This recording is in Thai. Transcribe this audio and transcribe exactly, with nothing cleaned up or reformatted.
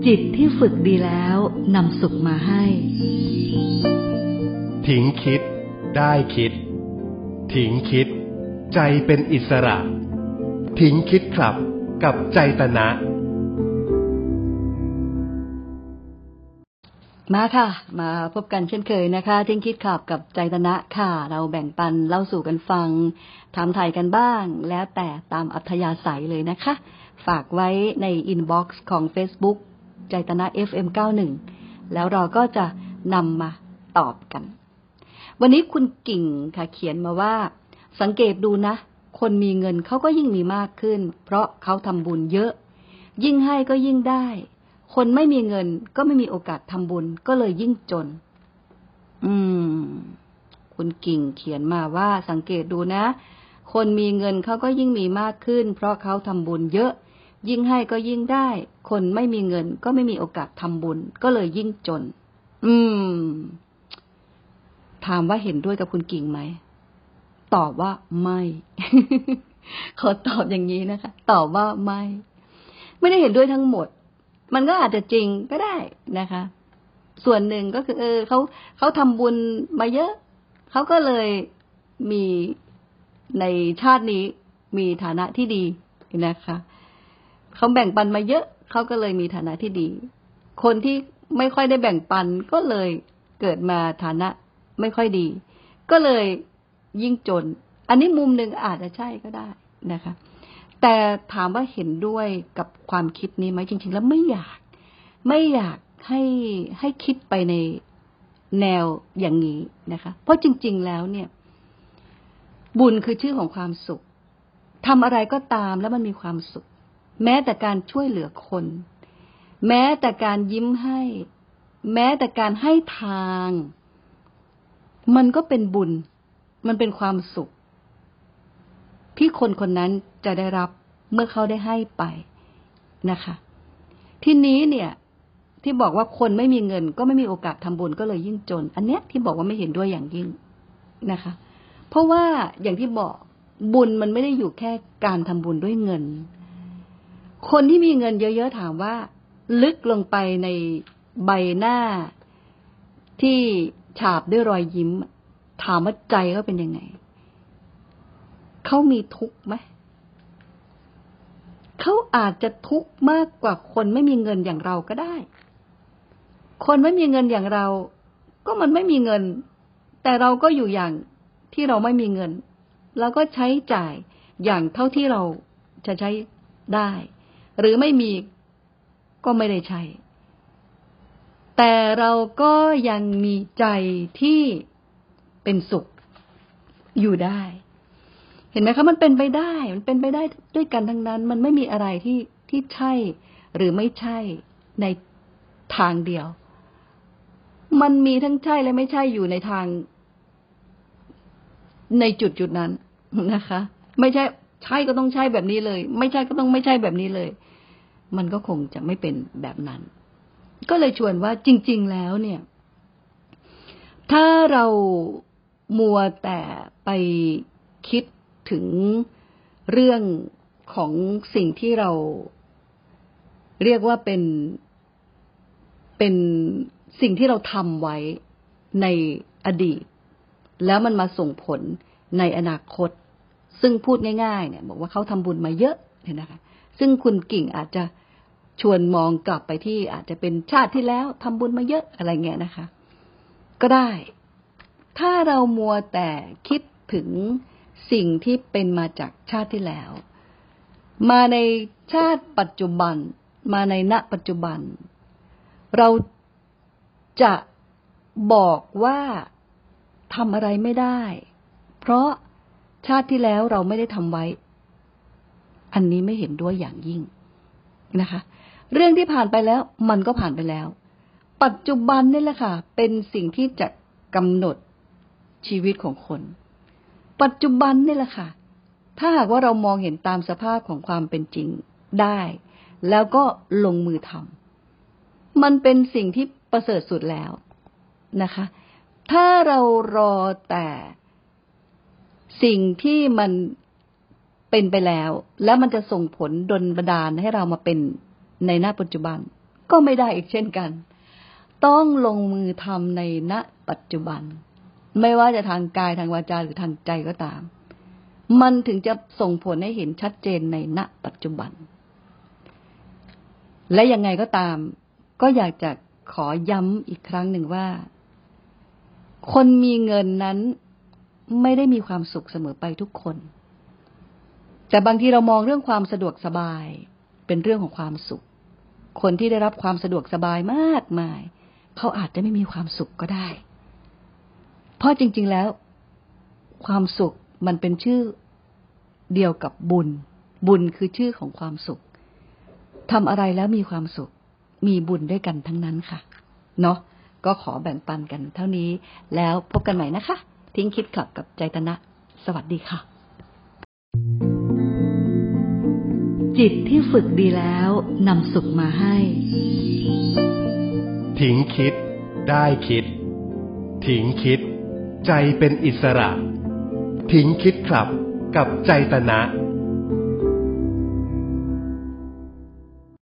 จิตที่ฝึกดีแล้วนำสุขมาให้ทิ้งคิดได้คิดทิ้งคิดใจเป็นอิสระทิ้งคิดครับกับใจตนะมาค่ะมาพบกันเช่นเคยนะคะทิ้งคิดขับกับใจตนะค่ะเราแบ่งปันเล่าสู่กันฟังถามไถ่กันบ้างแล้วแต่ตามอัธยาศัยเลยนะคะฝากไว้ในอินบ็อกซ์ของ Facebook ใจตนะ เอฟ เอ็ม เก้าสิบเอ็ด แล้วเราก็จะนำมาตอบกันวันนี้คุณกิ่งค่ะเขียนมาว่าสังเกตดูนะคนมีเงินเขาก็ยิ่งมีมากขึ้นเพราะเขาทำบุญเยอะยิ่งให้ก็ยิ่งได้คนไม่มีเงินก็ไม่มีโอกาสทำบุญก็เลยยิ่งจนอืมคุณกิ่งเขียนมาว่าสังเกตดูนะคนมีเงินเขาก็ยิ่งมีมากขึ้นเพราะเขาทำบุญเยอะยิ่งให้ก็ยิ่งได้คนไม่มีเงินก็ไม่มีโอกาสทำบุญก็เลยยิ่งจนอืมถามว่าเห็นด้วยกับคุณกิ่งไหมตอบว่าไม่ ขอตอบอย่างนี้นะคะตอบว่าไม่ไม่ได้เห็นด้วยทั้งหมดมันก็อาจจะจริงก็ได้นะคะส่วนหนึ่งก็คือเออเขาเขาทำบุญมาเยอะเขาก็เลยมีในชาตินี้มีฐานะที่ดีนะคะเขาแบ่งปันมาเยอะเขาก็เลยมีฐานะที่ดีคนที่ไม่ค่อยได้แบ่งปันก็เลยเกิดมาฐานะไม่ค่อยดีก็เลยยิ่งจนอันนี้มุมหนึ่งอาจจะใช่ก็ได้นะคะแต่ถามว่าเห็นด้วยกับความคิดนี้ไหมจริงๆแล้วไม่อยากไม่อยากให้ให้คิดไปในแนวอย่างนี้นะคะเพราะจริงๆแล้วเนี่ยบุญคือชื่อของความสุขทำอะไรก็ตามแล้วมันมีความสุขแม้แต่การช่วยเหลือคนแม้แต่การยิ้มให้แม้แต่การให้ทางมันก็เป็นบุญมันเป็นความสุขที่คนคนนั้นจะได้รับเมื่อเขาได้ให้ไปนะคะทีนี้เนี่ยที่บอกว่าคนไม่มีเงินก็ไม่มีโอกาสทำบุญก็เลยยิ่งจนอันเนี้ยที่บอกว่าไม่เห็นด้วยอย่างยิ่งนะคะเพราะว่าอย่างที่บอกบุญมันไม่ได้อยู่แค่การทำบุญด้วยเงินคนที่มีเงินเยอะๆถามว่าลึกลงไปในใบหน้าที่ฉาบด้วยรอยยิ้มถามว่าใจเขาเป็นยังไงเขามีทุกข์ไหมเขาอาจจะทุกข์มากกว่าคนไม่มีเงินอย่างเราก็ได้คนไม่มีเงินอย่างเราก็มันไม่มีเงินแต่เราก็อยู่อย่างที่เราไม่มีเงินเราก็ใช้จ่ายอย่างเท่าที่เราจะใช้ได้หรือไม่มีก็ไม่ได้ใช้แต่เราก็ยังมีใจที่เป็นสุขอยู่ได้เห็นไหมคะมันเป็นไปได้มันเป็นไปได้ด้วยกันทั้งนั้นมันไม่มีอะไรที่ที่ใช่หรือไม่ใช่ในทางเดียวมันมีทั้งใช่และไม่ใช่อยู่ในทางในจุดจุดนั้นนะคะไม่ใช่ใช่ก็ต้องใช่แบบนี้เลยไม่ใช่ก็ต้องไม่ใช่แบบนี้เลยมันก็คงจะไม่เป็นแบบนั้นก็เลยชวนว่าจริงๆแล้วเนี่ยถ้าเรามัวแต่ไปคิดถึงเรื่องของสิ่งที่เราเรียกว่าเป็นเป็นสิ่งที่เราทำไว้ในอดีตแล้วมันมาส่งผลในอนาคตซึ่งพูดง่ายๆเนี่ยบอกว่าเขาทำบุญมาเยอะเนี่ยนะคะซึ่งคุณกิ่งอาจจะชวนมองกลับไปที่อาจจะเป็นชาติที่แล้วทำบุญมาเยอะอะไรเงี้ยนะคะก็ได้ถ้าเรามัวแต่คิดถึงสิ่งที่เป็นมาจากชาติที่แล้วมาในชาติปัจจุบันมาในณปัจจุบันเราจะบอกว่าทำอะไรไม่ได้เพราะชาติที่แล้วเราไม่ได้ทำไว้อันนี้ไม่เห็นด้วยอย่างยิ่งนะคะเรื่องที่ผ่านไปแล้วมันก็ผ่านไปแล้วปัจจุบันนี่แหละค่ะเป็นสิ่งที่จะกำหนดชีวิตของคนปัจจุบันนี่แหละค่ะถ้าหากว่าเรามองเห็นตามสภาพของความเป็นจริงได้แล้วก็ลงมือทำมันเป็นสิ่งที่ประเสริฐสุดแล้วนะคะถ้าเรารอแต่สิ่งที่มันเป็นไปแล้วแล้วมันจะส่งผลดลบันดาลให้เรามาเป็นในหน้าปัจจุบันก็ไม่ได้อีกเช่นกัน ต้องลงมือทำในณปัจจุบันไม่ว่าจะทางกายทางวาจาหรือทางใจก็ตามมันถึงจะส่งผลให้เห็นชัดเจนในณปัจจุบันและยังไงก็ตามก็อยากจะขอย้ำอีกครั้งหนึ่งว่าคนมีเงินนั้นไม่ได้มีความสุขเสมอไปทุกคนแต่บางทีเรามองเรื่องความสะดวกสบายเป็นเรื่องของความสุขคนที่ได้รับความสะดวกสบายมากมายเขาอาจจะไม่มีความสุขก็ได้เพราะจริงๆแล้วความสุขมันเป็นชื่อเดียวกับบุญบุญคือชื่อของความสุขทำอะไรแล้วมีความสุขมีบุญด้วยกันทั้งนั้นค่ะเนาะก็ขอแบ่งปันกันเท่านี้แล้วพบกันใหม่นะคะทิ้งคิดคลับกับใจตนะสวัสดีค่ะจิตที่ฝึกดีแล้วนำสุขมาให้ทิ้งคิดได้คิดทิ้งคิดใจเป็นอิสระทิ้งคิดคลับกับใจตนะ